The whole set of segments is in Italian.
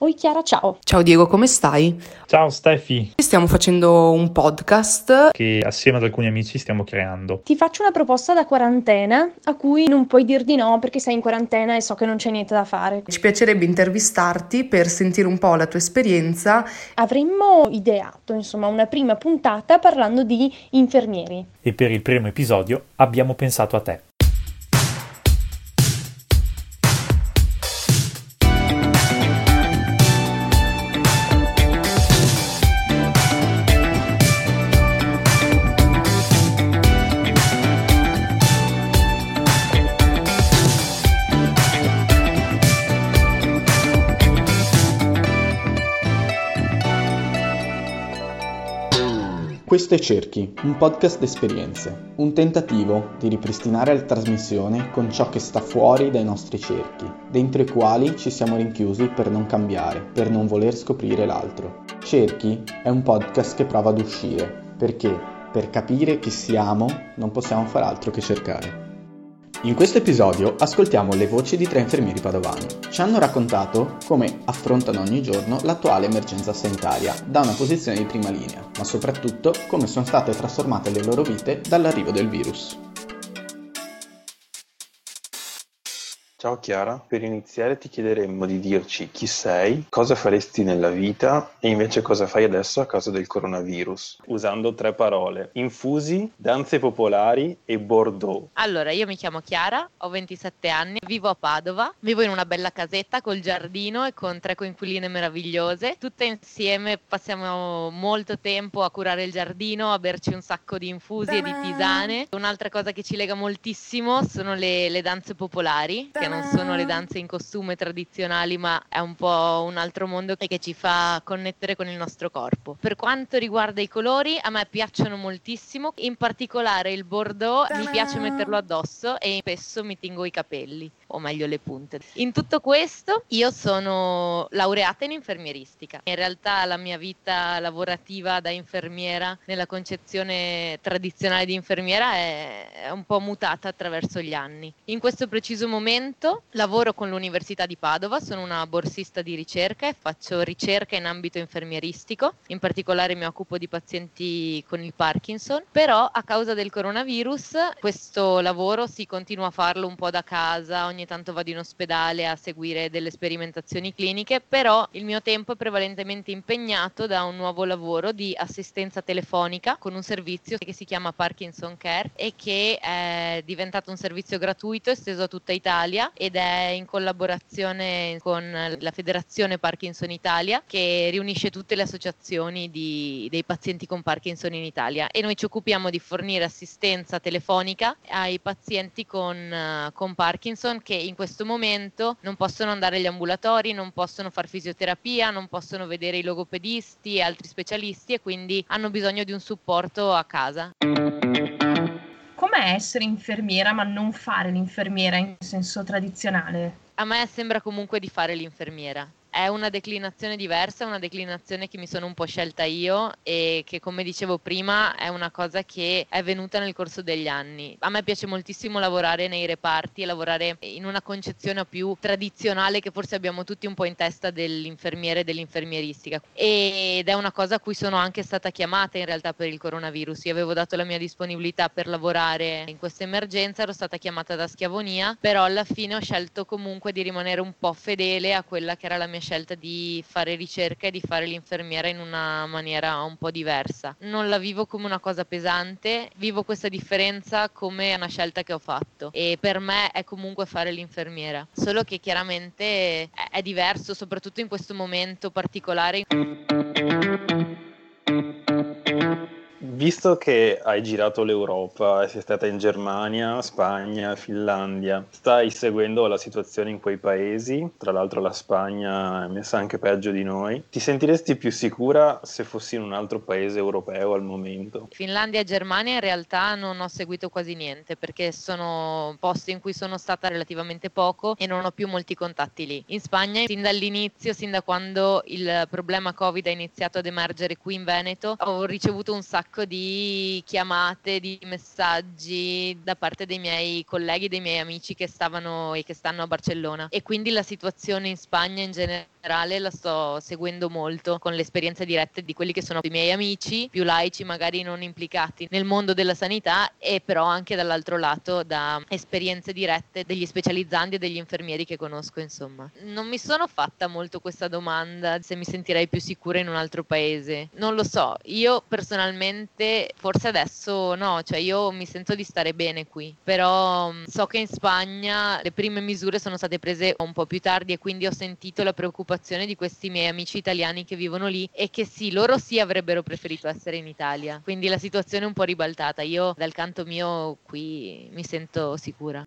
Oi Chiara, ciao. Ciao Diego, come stai? Ciao Stefi, Stiamo facendo un podcast. che assieme ad alcuni amici stiamo creando. Ti faccio una proposta da quarantena a cui non puoi dir di no perché sei in quarantena e so che non c'è niente da fare. Ci piacerebbe intervistarti per sentire un po' la tua esperienza. Avremmo ideato, una prima puntata parlando di infermieri. E per il primo episodio abbiamo pensato a te. Questo è Cerchi, un podcast d'esperienze, un tentativo di ripristinare la trasmissione con ciò che sta fuori dai nostri cerchi, dentro i quali ci siamo rinchiusi per non cambiare, per non voler scoprire l'altro. Cerchi è un podcast che prova ad uscire, perché per capire chi siamo non possiamo far altro che cercare. In questo episodio ascoltiamo le voci di 3 infermieri padovani. Ci hanno raccontato come affrontano ogni giorno l'attuale emergenza sanitaria da una posizione di prima linea, ma soprattutto come sono state trasformate le loro vite dall'arrivo del virus. Ciao Chiara, per iniziare ti chiederemmo di dirci chi sei, cosa faresti nella vita e invece cosa fai adesso a causa del coronavirus, usando 3 parole: infusi, danze popolari e Bordeaux. Allora, io mi chiamo Chiara, ho 27 anni, vivo a Padova, vivo in una bella casetta col giardino e con 3 coinquiline meravigliose. Tutte insieme passiamo molto tempo a curare il giardino, a berci un sacco di infusi e di tisane. Un'altra cosa che ci lega moltissimo sono le danze popolari, che non sono le danze in costume tradizionali, ma è un po' un altro mondo e che ci fa connettere con il nostro corpo. Per quanto riguarda i colori, a me piacciono moltissimo, in particolare il Bordeaux mi piace metterlo addosso e spesso mi tingo i capelli, o meglio le punte. In tutto questo io sono laureata in infermieristica. In realtà la mia vita lavorativa da infermiera, nella concezione tradizionale di infermiera, è un po' mutata attraverso gli anni. In questo preciso momento lavoro con l'Università di Padova, sono una borsista di ricerca e faccio ricerca in ambito infermieristico, in particolare mi occupo di pazienti con il Parkinson, però a causa del coronavirus questo lavoro si continua a farlo un po' da casa, ogni tanto vado in ospedale a seguire delle sperimentazioni cliniche, però il mio tempo è prevalentemente impegnato da un nuovo lavoro di assistenza telefonica con un servizio che si chiama Parkinson Care e che è diventato un servizio gratuito esteso a tutta Italia ed è in collaborazione con la Federazione Parkinson Italia, che riunisce tutte le associazioni dei pazienti con Parkinson in Italia, e noi ci occupiamo di fornire assistenza telefonica ai pazienti con Parkinson che in questo momento non possono andare agli ambulatori, non possono far fisioterapia, non possono vedere i logopedisti e altri specialisti e quindi hanno bisogno di un supporto a casa. Com'è essere infermiera ma non fare l'infermiera in senso tradizionale? A me sembra comunque di fare l'infermiera. È una declinazione diversa, una declinazione che mi sono un po' scelta io e che, come dicevo prima, è una cosa che è venuta nel corso degli anni. A me piace moltissimo lavorare nei reparti e lavorare in una concezione più tradizionale che forse abbiamo tutti un po' in testa dell'infermiere e dell'infermieristica. Ed è una cosa a cui sono anche stata chiamata in realtà per il coronavirus. Io avevo dato la mia disponibilità per lavorare in questa emergenza, ero stata chiamata da Schiavonia, però alla fine ho scelto comunque di rimanere un po' fedele a quella che era la mia scelta di fare ricerca e di fare l'infermiera in una maniera un po' diversa. Non la vivo come una cosa pesante, vivo questa differenza come una scelta che ho fatto e per me è comunque fare l'infermiera, solo che chiaramente è diverso, soprattutto in questo momento particolare. Visto che hai girato l'Europa e sei stata in Germania, Spagna, Finlandia, stai seguendo la situazione in quei paesi? Tra l'altro la Spagna è messa anche peggio di noi. Ti sentiresti più sicura se fossi in un altro paese europeo al momento? Finlandia e Germania in realtà non ho seguito quasi niente perché sono posti in cui sono stata relativamente poco e non ho più molti contatti lì. In Spagna, sin dall'inizio, sin da quando il problema Covid è iniziato ad emergere qui in Veneto, ho ricevuto un sacco di chiamate, di messaggi da parte dei miei colleghi, dei miei amici che stavano e che stanno a Barcellona, e quindi la situazione in Spagna in generale la sto seguendo molto con le esperienze dirette di quelli che sono i miei amici, più laici, magari non implicati nel mondo della sanità, e però anche dall'altro lato da esperienze dirette degli specializzandi e degli infermieri che conosco, insomma. Non mi sono fatta molto questa domanda se mi sentirei più sicura in un altro paese. Non lo so, io personalmente forse adesso no, cioè io mi sento di stare bene qui, però so che in Spagna le prime misure sono state prese un po' più tardi, e quindi ho sentito la preoccupazione di questi miei amici italiani che vivono lì e che sì, loro sì avrebbero preferito essere in Italia, quindi la situazione è un po' ribaltata. Io dal canto mio qui mi sento sicura.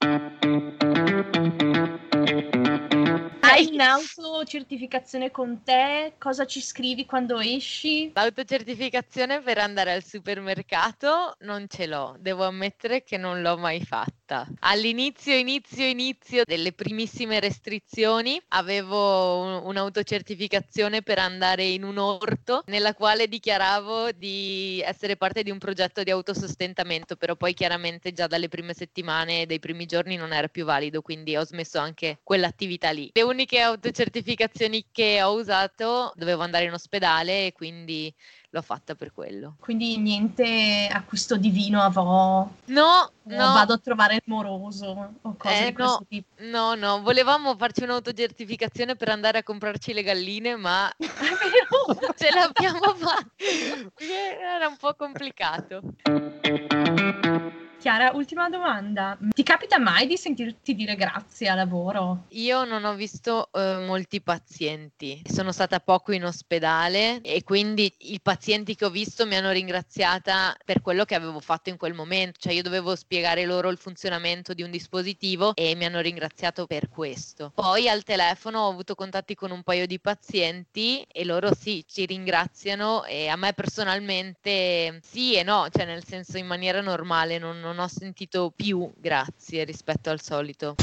Hai un'autocertificazione con te? Cosa ci scrivi quando esci? L'autocertificazione per andare al supermercato non ce l'ho, devo ammettere che non l'ho mai fatta. All'inizio delle primissime restrizioni avevo un'autocertificazione per andare in un orto nella quale dichiaravo di essere parte di un progetto di autosostentamento, però poi chiaramente già dalle prime settimane, dei primi giorni non era più valido, quindi ho smesso anche quell'attività lì. Le uniche autocertificazioni che ho usato dovevo andare in ospedale e quindi l'ho fatta per quello. Quindi niente acquisto divino avrò. No, Vado a trovare il moroso o cose di questo tipo. No, volevamo farci un'autocertificazione per andare a comprarci le galline, ma ce l'abbiamo fatta perché era un po' complicato. Chiara, ultima domanda. Ti capita mai di sentirti dire grazie a lavoro? Io non ho visto molti pazienti, sono stata poco in ospedale e quindi i pazienti che ho visto mi hanno ringraziata per quello che avevo fatto in quel momento, cioè io dovevo spiegare loro il funzionamento di un dispositivo e mi hanno ringraziato per questo. Poi al telefono ho avuto contatti con un paio di pazienti e loro sì, ci ringraziano, e a me personalmente sì e no, cioè nel senso in maniera normale non ho sentito più grazie rispetto al solito.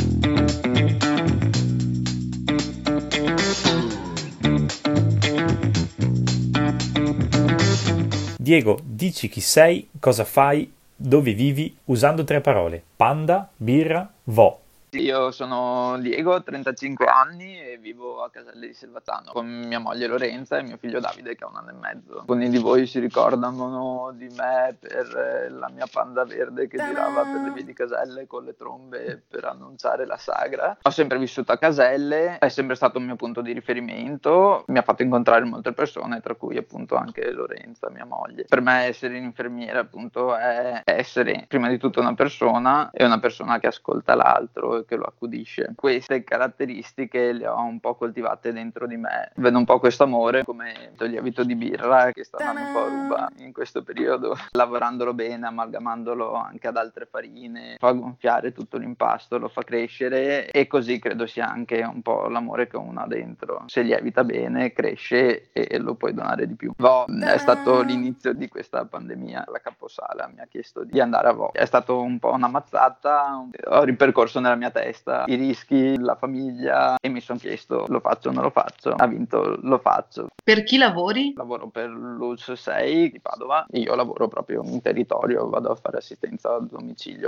Diego, dici chi sei, cosa fai, dove vivi, usando 3 parole: panda, birra, vo. Io sono Diego, ho 35 anni e vivo a Caselle di Selvazzano con mia moglie Lorenza e mio figlio Davide che ha 1 anno e mezzo. Alcuni di voi si ricordano di me per la mia panda verde che girava per le vie di Caselle con le trombe per annunciare la sagra. Ho sempre vissuto a Caselle, è sempre stato un mio punto di riferimento, mi ha fatto incontrare molte persone, tra cui appunto anche Lorenza, mia moglie. Per me essere un'infermiera appunto è essere prima di tutto una persona, e una persona che ascolta l'altro, che lo accudisce. Queste caratteristiche le ho un po' coltivate dentro di me. Vedo un po' questo amore come il lievito di birra che sta andando un po' a ruba in questo periodo, lavorandolo bene, amalgamandolo anche ad altre farine, fa gonfiare tutto l'impasto, lo fa crescere, e così credo sia anche un po' l'amore che uno ha dentro. Se lievita bene, cresce e lo puoi donare di più. Vo è stato l'inizio di questa pandemia. La caposala mi ha chiesto di andare a Vo. È stato un po' una mazzata, ho ripercorso nella mia testa i rischi, la famiglia, e mi sono chiesto: lo faccio o non lo faccio? Ha vinto lo faccio. Per chi lavori? Lavoro per l'ULSS 6 di Padova e io lavoro proprio in territorio, vado a fare assistenza a domicilio.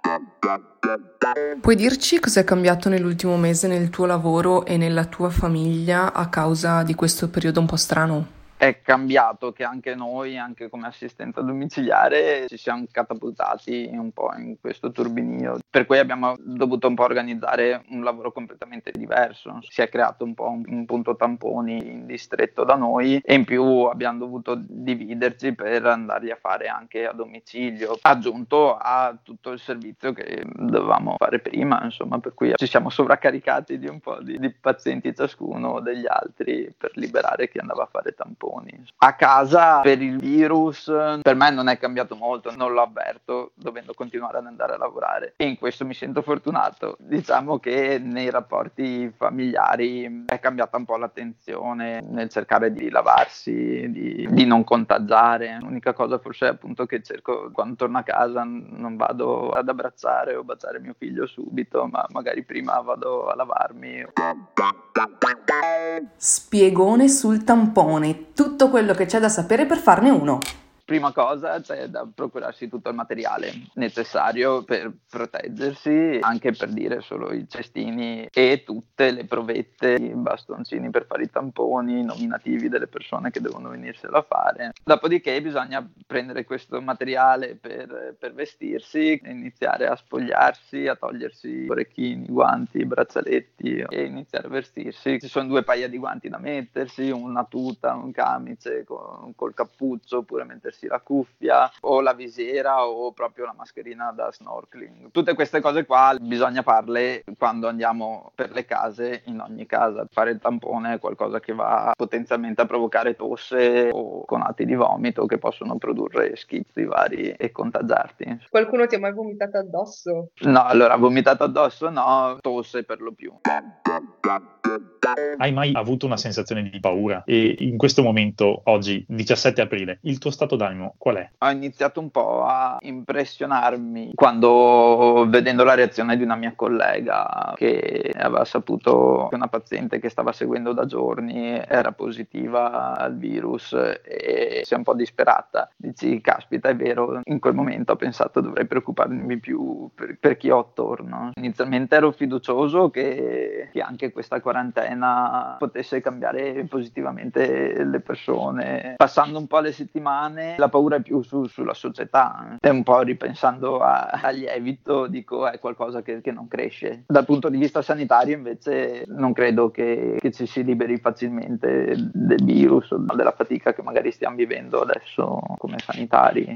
Puoi dirci cos'è cambiato nell'ultimo mese nel tuo lavoro e nella tua famiglia a causa di questo periodo un po' strano? È cambiato che anche noi, anche come assistenza domiciliare, ci siamo catapultati un po' in questo turbinio, per cui abbiamo dovuto un po' organizzare un lavoro completamente diverso. Si è creato un po' un punto tamponi in distretto da noi, e in più abbiamo dovuto dividerci per andarli a fare anche a domicilio, aggiunto a tutto il servizio che dovevamo fare prima, insomma, per cui ci siamo sovraccaricati di un po' di pazienti ciascuno degli altri per liberare chi andava a fare tamponi. A casa per il virus per me non è cambiato molto, non lo avverto dovendo continuare ad andare a lavorare, e in questo mi sento fortunato. Diciamo che nei rapporti familiari è cambiata un po' l'attenzione nel cercare di lavarsi, di non contagiare. L'unica cosa forse è appunto che cerco, quando torno a casa non vado ad abbracciare o baciare mio figlio subito, ma magari prima vado a lavarmi. Spiegone sul tampone, tutto quello che c'è da sapere per farne uno. Prima cosa c'è da procurarsi tutto il materiale necessario per proteggersi, anche per dire solo i cestini e tutte le provette, i bastoncini per fare i tamponi, i nominativi delle persone che devono venirselo a fare. Dopodiché bisogna prendere questo materiale per vestirsi, iniziare a spogliarsi, a togliersi orecchini, guanti, braccialetti e iniziare a vestirsi. Ci sono 2 paia di guanti da mettersi, una tuta, un camice col cappuccio, oppure mettersi la cuffia o la visiera o proprio la mascherina da snorkeling. Tutte queste cose qua bisogna farle quando andiamo per le case, in ogni casa. Fare il tampone è qualcosa che va potenzialmente a provocare tosse o conati di vomito che possono produrre schizzi vari e contagiarti. Qualcuno ti ha mai vomitato addosso? No, allora vomitato addosso no, tosse per lo più. Hai mai avuto una sensazione di paura? E in questo momento, oggi, 17 aprile, il tuo stato d'animo qual è? Ho iniziato un po' a impressionarmi quando, vedendo la reazione di una mia collega che aveva saputo che una paziente che stava seguendo da giorni era positiva al virus e si è un po' disperata. Dici, caspita, è vero, in quel momento ho pensato dovrei preoccuparmi più per chi ho attorno. Inizialmente ero fiducioso che anche questa quarantena potesse cambiare positivamente le persone. Passando un po' le settimane, la paura è più sulla società. E un po' ripensando a lievito, dico, è qualcosa che non cresce. Dal punto di vista sanitario, invece, non credo che ci si liberi facilmente del virus o della fatica che magari stiamo vivendo adesso come sanitari.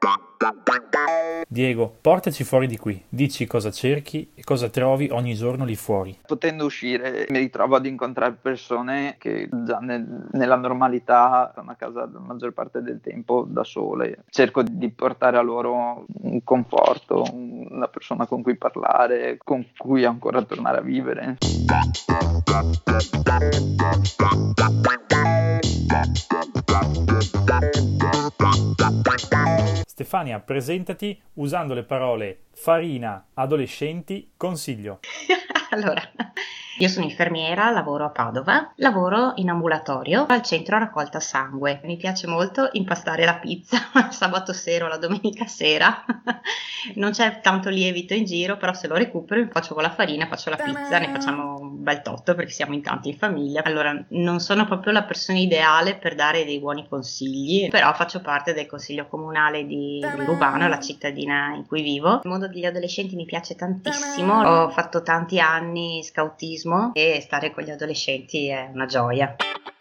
Diego, portaci fuori di qui. Dici cosa cerchi e cosa trovi ogni giorno lì fuori. Potendo uscire mi ritrovo ad incontrare persone che già nella normalità stanno a casa la maggior parte del tempo da sole. Cerco di portare a loro un conforto, una persona con cui parlare, con cui ancora tornare a vivere. Stefania, presentati usando le parole farina, adolescenti, consiglio. Allora, io sono infermiera, lavoro a Padova, lavoro in ambulatorio al centro raccolta sangue. Mi piace molto impastare la pizza sabato sera o la domenica sera. Non c'è tanto lievito in giro, però se lo recupero faccio con la farina, faccio la pizza, ne facciamo un bel totto perché siamo in tanti in famiglia. Allora, non sono proprio la persona ideale per dare dei buoni consigli, però faccio parte del consiglio comunale di Rubano, la cittadina in cui vivo. Il mondo degli adolescenti mi piace tantissimo, ho fatto tanti anni scautismo e stare con gli adolescenti è una gioia.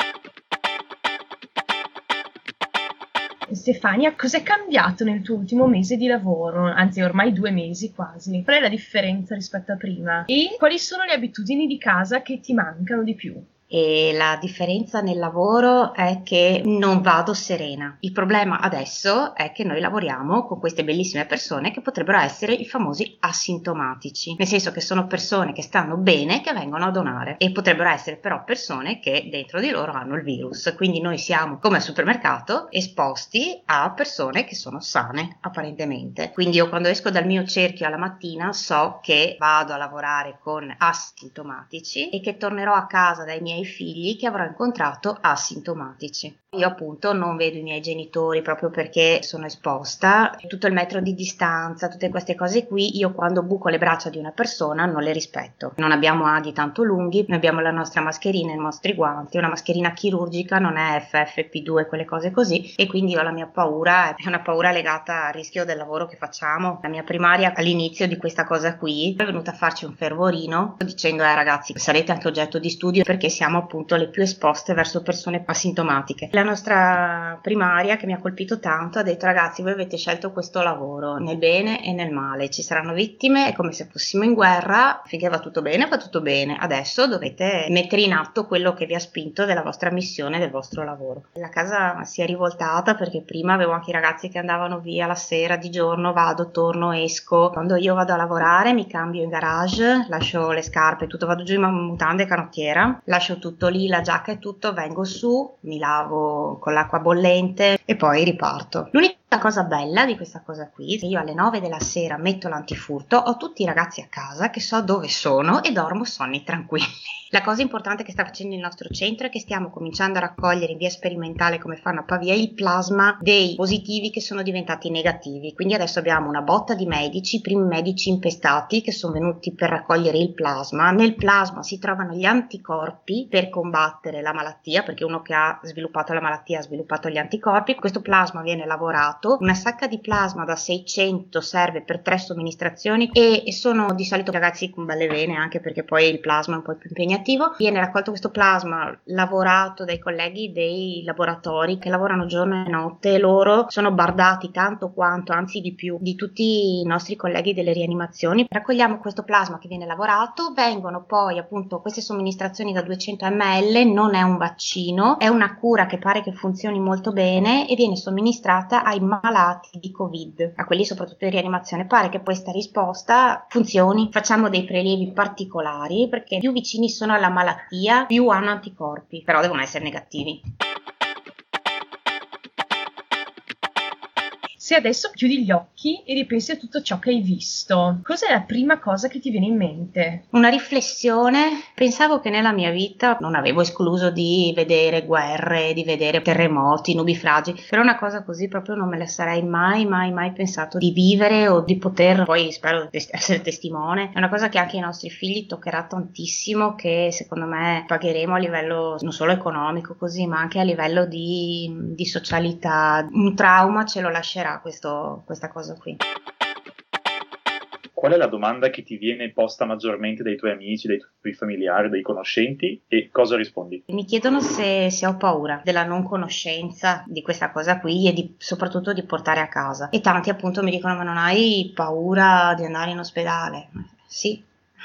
Stefania, cos'è cambiato nel tuo ultimo mese di lavoro? Anzi, ormai 2 mesi quasi. Qual è la differenza rispetto a prima? E quali sono le abitudini di casa che ti mancano di più? E la differenza nel lavoro è che non vado serena. Il problema adesso è che noi lavoriamo con queste bellissime persone che potrebbero essere i famosi asintomatici, nel senso che sono persone che stanno bene, che vengono a donare, e potrebbero essere però persone che dentro di loro hanno il virus. Quindi noi siamo, come al supermercato, esposti a persone che sono sane apparentemente. Quindi io quando esco dal mio cerchio alla mattina so che vado a lavorare con asintomatici e che tornerò a casa dai miei figli che avrò incontrato asintomatici. Io appunto non vedo i miei genitori proprio perché sono esposta. Tutto il metro di distanza, tutte queste cose qui, io quando buco le braccia di una persona non le rispetto. Non abbiamo aghi tanto lunghi, noi abbiamo la nostra mascherina, i nostri guanti, una mascherina chirurgica, non è FFP2, quelle cose così, e quindi io la mia paura è una paura legata al rischio del lavoro che facciamo. La mia primaria all'inizio di questa cosa qui è venuta a farci un fervorino dicendo ragazzi, sarete anche oggetto di studio perché siamo appunto le più esposte verso persone asintomatiche. La nostra primaria, che mi ha colpito tanto, ha detto ragazzi, voi avete scelto questo lavoro nel bene e nel male, ci saranno vittime, è come se fossimo in guerra, finché va tutto bene, adesso dovete mettere in atto quello che vi ha spinto della vostra missione, del vostro lavoro. La casa si è rivoltata perché prima avevo anche i ragazzi che andavano via la sera, di giorno vado, torno, esco. Quando io vado a lavorare mi cambio in garage, lascio le scarpe, tutto, vado giù in mutande e canottiera, lascio tutto lì, la giacca e tutto, vengo su, mi lavo con l'acqua bollente e poi riparto. L'unica La cosa bella di questa cosa qui, se io alle 9 della sera metto l'antifurto, ho tutti i ragazzi a casa che so dove sono e dormo sonni tranquilli. La cosa importante che sta facendo il nostro centro è che stiamo cominciando a raccogliere in via sperimentale, come fanno a Pavia, il plasma dei positivi che sono diventati negativi. Quindi adesso abbiamo una botta di medici, i primi medici impestati che sono venuti per raccogliere il plasma. Nel plasma si trovano gli anticorpi per combattere la malattia, perché uno che ha sviluppato la malattia ha sviluppato gli anticorpi. Questo plasma viene lavorato, una sacca di plasma da 600 serve per 3 somministrazioni e sono di solito ragazzi con belle vene, anche perché poi il plasma è un po' più impegnativo. Viene raccolto questo plasma lavorato dai colleghi dei laboratori che lavorano giorno e notte, loro sono bardati tanto quanto, anzi di più, di tutti i nostri colleghi delle rianimazioni. Raccogliamo questo plasma che viene lavorato, vengono poi appunto queste somministrazioni da 200 ml, non è un vaccino, è una cura che pare che funzioni molto bene e viene somministrata ai malati di Covid, a quelli soprattutto in rianimazione. Pare che questa risposta funzioni. Facciamo dei prelievi particolari perché più vicini sono alla malattia, più hanno anticorpi, però devono essere negativi. Se adesso chiudi gli occhi e ripensi a tutto ciò che hai visto, cos'è la prima cosa che ti viene in mente? Una riflessione. Pensavo che nella mia vita non avevo escluso di vedere guerre, di vedere terremoti, nubifragi, però una cosa così proprio non me la sarei mai pensato di vivere o di poter, poi spero essere testimone. È una cosa che anche ai nostri figli toccherà tantissimo, che secondo me pagheremo a livello non solo economico così, ma anche a livello di socialità. Un trauma ce lo lascerà questa cosa qui. Qual è la domanda che ti viene posta maggiormente dai tuoi amici, dai tuoi familiari, dai conoscenti e cosa rispondi? Mi chiedono se ho paura della non conoscenza di questa cosa qui e soprattutto di portare a casa. E tanti appunto mi dicono: ma non hai paura di andare in ospedale? Sì.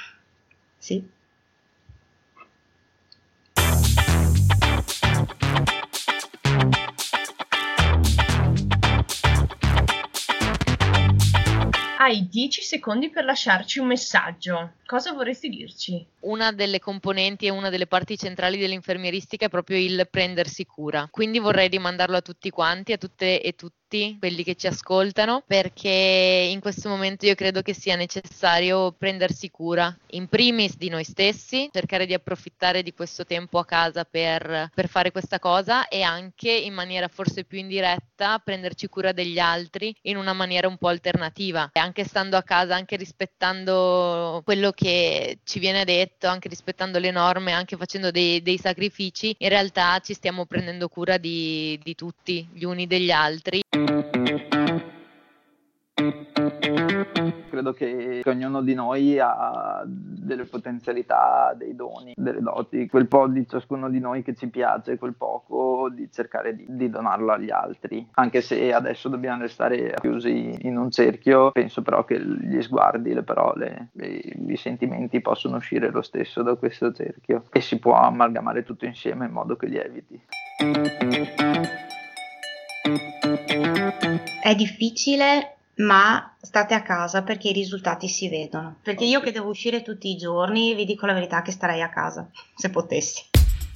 Hai 10 secondi per lasciarci un messaggio. Cosa vorresti dirci? Una delle componenti e una delle parti centrali dell'infermieristica è proprio il prendersi cura. Quindi vorrei rimandarlo a tutti quanti, a tutte e tutti quelli che ci ascoltano, perché in questo momento io credo che sia necessario prendersi cura, in primis di noi stessi, cercare di approfittare di questo tempo a casa per fare questa cosa, e anche in maniera forse più indiretta prenderci cura degli altri in una maniera un po' alternativa, anche stando a casa, anche rispettando quello che ci viene detto, anche rispettando le norme, anche facendo dei sacrifici. In realtà ci stiamo prendendo cura di tutti, gli uni degli altri. Credo che ognuno di noi ha delle potenzialità, dei doni, delle doti, quel po' di ciascuno di noi che ci piace, quel poco di cercare di donarlo agli altri. Anche se adesso dobbiamo restare chiusi in un cerchio, penso però che gli sguardi, le parole, i sentimenti possono uscire lo stesso da questo cerchio e si può amalgamare tutto insieme in modo che li eviti. È difficile, ma state a casa perché i risultati si vedono. Perché io che devo uscire tutti i giorni, vi dico la verità che starei a casa, se potessi.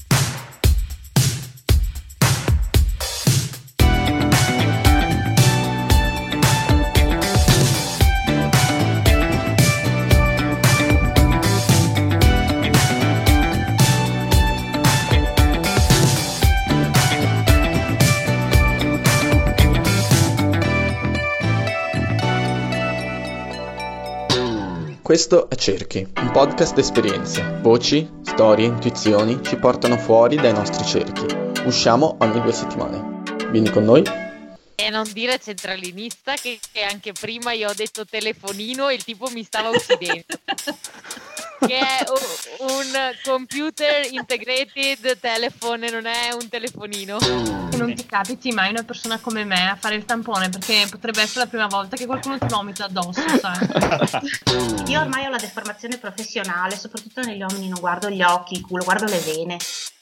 Questo è Cerchi, un podcast d'esperienze. Voci, storie, intuizioni ci portano fuori dai nostri cerchi. Usciamo ogni 2 settimane. Vieni con noi? E non dire centralinista, che anche prima io ho detto telefonino e il tipo mi stava uccidendo. Che è un computer integrated telephone, non è un telefonino. Che non ti capiti mai una persona come me a fare il tampone, perché potrebbe essere la prima volta che qualcuno ti vomita addosso, sai? Io ormai ho la deformazione professionale, soprattutto negli uomini non guardo gli occhi, il culo, guardo le vene.